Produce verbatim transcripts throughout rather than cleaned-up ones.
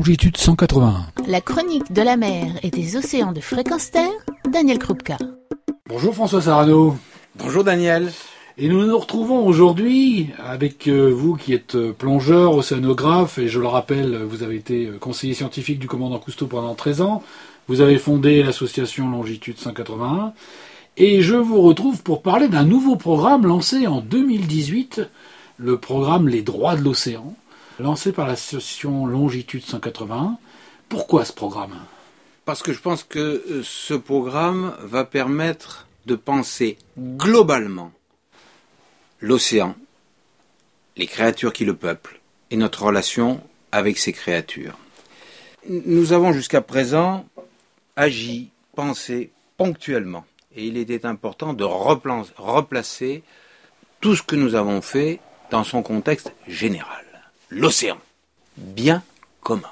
longitude cent quatre-vingt-un. La chronique de la mer et des océans de Fréquence Terre, Daniel Krupka. Bonjour François Sarano. Bonjour Daniel. Et nous nous retrouvons aujourd'hui avec vous qui êtes plongeur, océanographe, et je le rappelle, vous avez été conseiller scientifique du commandant Cousteau pendant treize ans. Vous avez fondé l'association Longitude cent quatre-vingt-un. Et je vous retrouve pour parler d'un nouveau programme lancé en deux mille dix-huit, le programme Les Droits de l'Océan, lancé par l'association Longitude cent quatre-vingt-un. Pourquoi ce programme ? Parce que je pense que ce programme va permettre de penser globalement l'océan, les créatures qui le peuplent et notre relation avec ces créatures. Nous avons jusqu'à présent agi, pensé ponctuellement. Et il était important de replacer tout ce que nous avons fait dans son contexte général. L'océan, bien commun.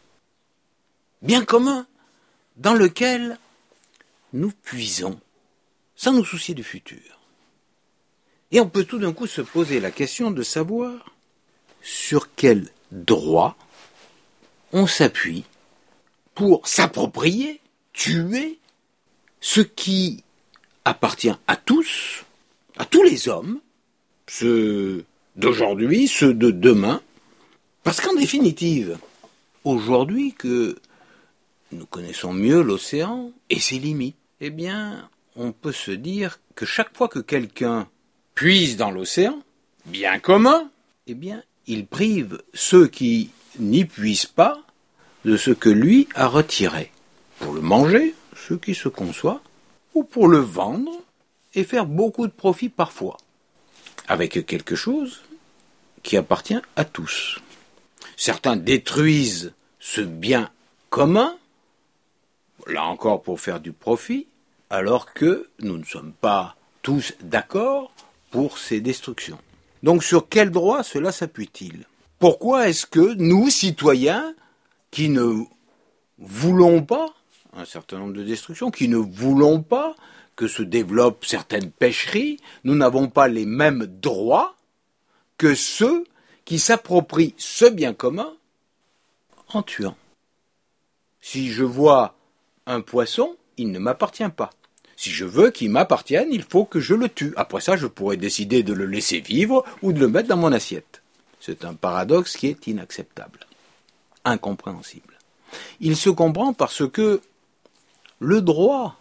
Bien commun dans lequel nous puisons sans nous soucier du futur. Et on peut tout d'un coup se poser la question de savoir sur quel droit on s'appuie pour s'approprier, tuer ce qui appartient à tous, à tous les hommes, ceux d'aujourd'hui, ceux de demain, parce qu'en définitive, aujourd'hui que nous connaissons mieux l'océan et ses limites, eh bien, on peut se dire que chaque fois que quelqu'un puise dans l'océan, bien commun, eh bien, il prive ceux qui n'y puisent pas de ce que lui a retiré, pour le manger, ce qui se conçoit, ou pour le vendre et faire beaucoup de profit parfois, avec quelque chose qui appartient à tous. Certains détruisent ce bien commun, là encore pour faire du profit, alors que nous ne sommes pas tous d'accord pour ces destructions. Donc sur quel droit cela s'appuie-t-il ? Pourquoi est-ce que nous, citoyens, qui ne voulons pas un certain nombre de destructions, qui ne voulons pas que se développent certaines pêcheries, nous n'avons pas les mêmes droits que ceux qui s'approprient ce bien commun en tuant. Si je vois un poisson, il ne m'appartient pas. Si je veux qu'il m'appartienne, il faut que je le tue. Après ça, je pourrais décider de le laisser vivre ou de le mettre dans mon assiette. C'est un paradoxe qui est inacceptable, incompréhensible. Il se comprend parce que le droit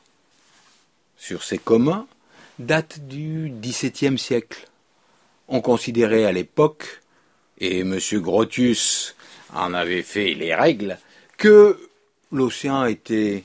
sur ces communs date du dix-septième siècle. On considérait à l'époque, et M. Grotius en avait fait les règles, que l'océan était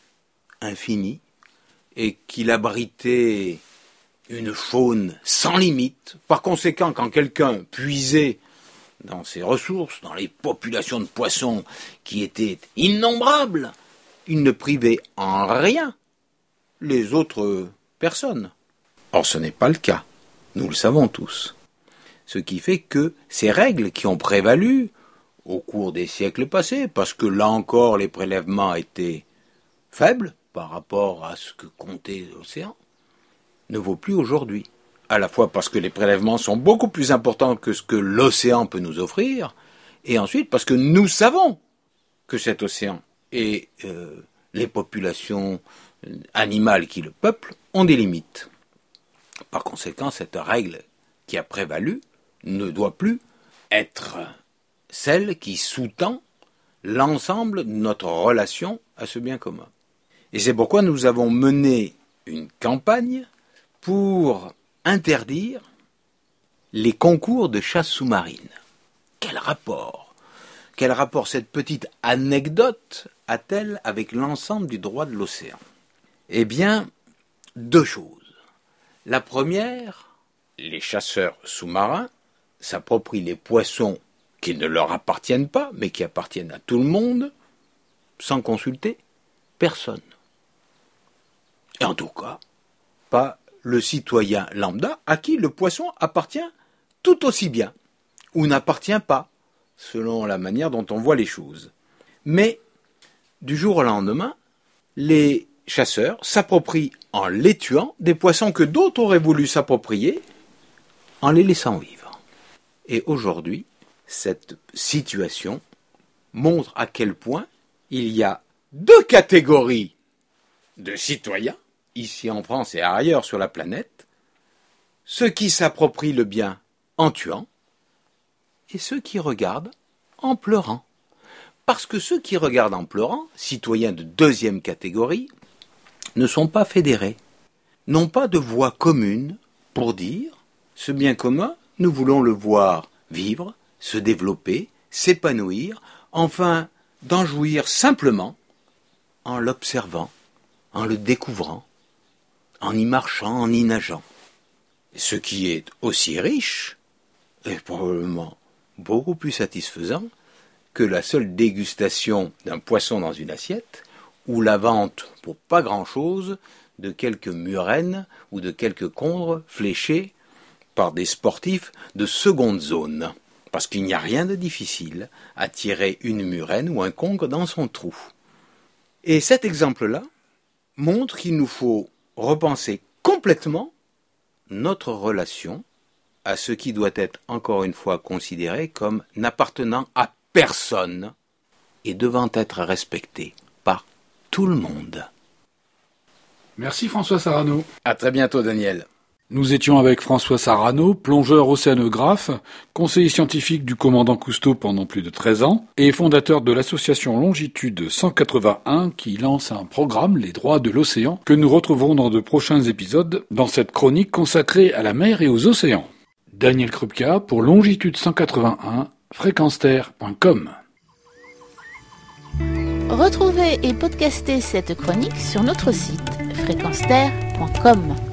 infini et qu'il abritait une faune sans limite. Par conséquent, quand quelqu'un puisait dans ses ressources, dans les populations de poissons qui étaient innombrables, il ne privait en rien les autres personnes. Or, ce n'est pas le cas. Nous le savons tous. Ce qui fait que ces règles qui ont prévalu au cours des siècles passés, parce que là encore les prélèvements étaient faibles par rapport à ce que comptait l'océan, ne vaut plus aujourd'hui. À la fois parce que les prélèvements sont beaucoup plus importants que ce que l'océan peut nous offrir, et ensuite parce que nous savons que cet océan et euh, les populations animales qui le peuplent ont des limites. Par conséquent, cette règle qui a prévalu ne doit plus être celle qui sous-tend l'ensemble de notre relation à ce bien commun. Et c'est pourquoi nous avons mené une campagne pour interdire les concours de chasse sous-marine. Quel rapport ? Quel rapport cette petite anecdote a-t-elle avec l'ensemble du droit de l'océan ? Eh bien, deux choses. La première, les chasseurs sous-marins s'approprient les poissons qui ne leur appartiennent pas, mais qui appartiennent à tout le monde, sans consulter personne. Et en tout cas, pas le citoyen lambda à qui le poisson appartient tout aussi bien, ou n'appartient pas, selon la manière dont on voit les choses. Mais, du jour au lendemain, les chasseurs s'approprient en les tuant des poissons que d'autres auraient voulu s'approprier en les laissant vivre. Et aujourd'hui, cette situation montre à quel point il y a deux catégories de citoyens, ici en France et ailleurs sur la planète, ceux qui s'approprient le bien en tuant et ceux qui regardent en pleurant. Parce que ceux qui regardent en pleurant, citoyens de deuxième catégorie, ne sont pas fédérés, n'ont pas de voix commune pour dire ce bien commun, nous voulons le voir vivre, se développer, s'épanouir, enfin d'en jouir simplement en l'observant, en le découvrant, en y marchant, en y nageant. Ce qui est aussi riche est probablement beaucoup plus satisfaisant que la seule dégustation d'un poisson dans une assiette ou la vente pour pas grand-chose de quelques murènes ou de quelques congres fléchés par des sportifs de seconde zone. Parce qu'il n'y a rien de difficile à tirer une murène ou un congre dans son trou. Et cet exemple-là montre qu'il nous faut repenser complètement notre relation à ce qui doit être encore une fois considéré comme n'appartenant à personne et devant être respecté par tout le monde. Merci François Sarano. À très bientôt Daniel. Nous étions avec François Sarano, plongeur océanographe, conseiller scientifique du commandant Cousteau pendant plus de treize ans et fondateur de l'association Longitude cent quatre-vingt-un qui lance un programme, Les droits de l'océan, que nous retrouverons dans de prochains épisodes dans cette chronique consacrée à la mer et aux océans. Daniel Krupka pour Longitude cent quatre-vingt-un, fréquence terre point com. Retrouvez et podcastez cette chronique sur notre site fréquence terre point com.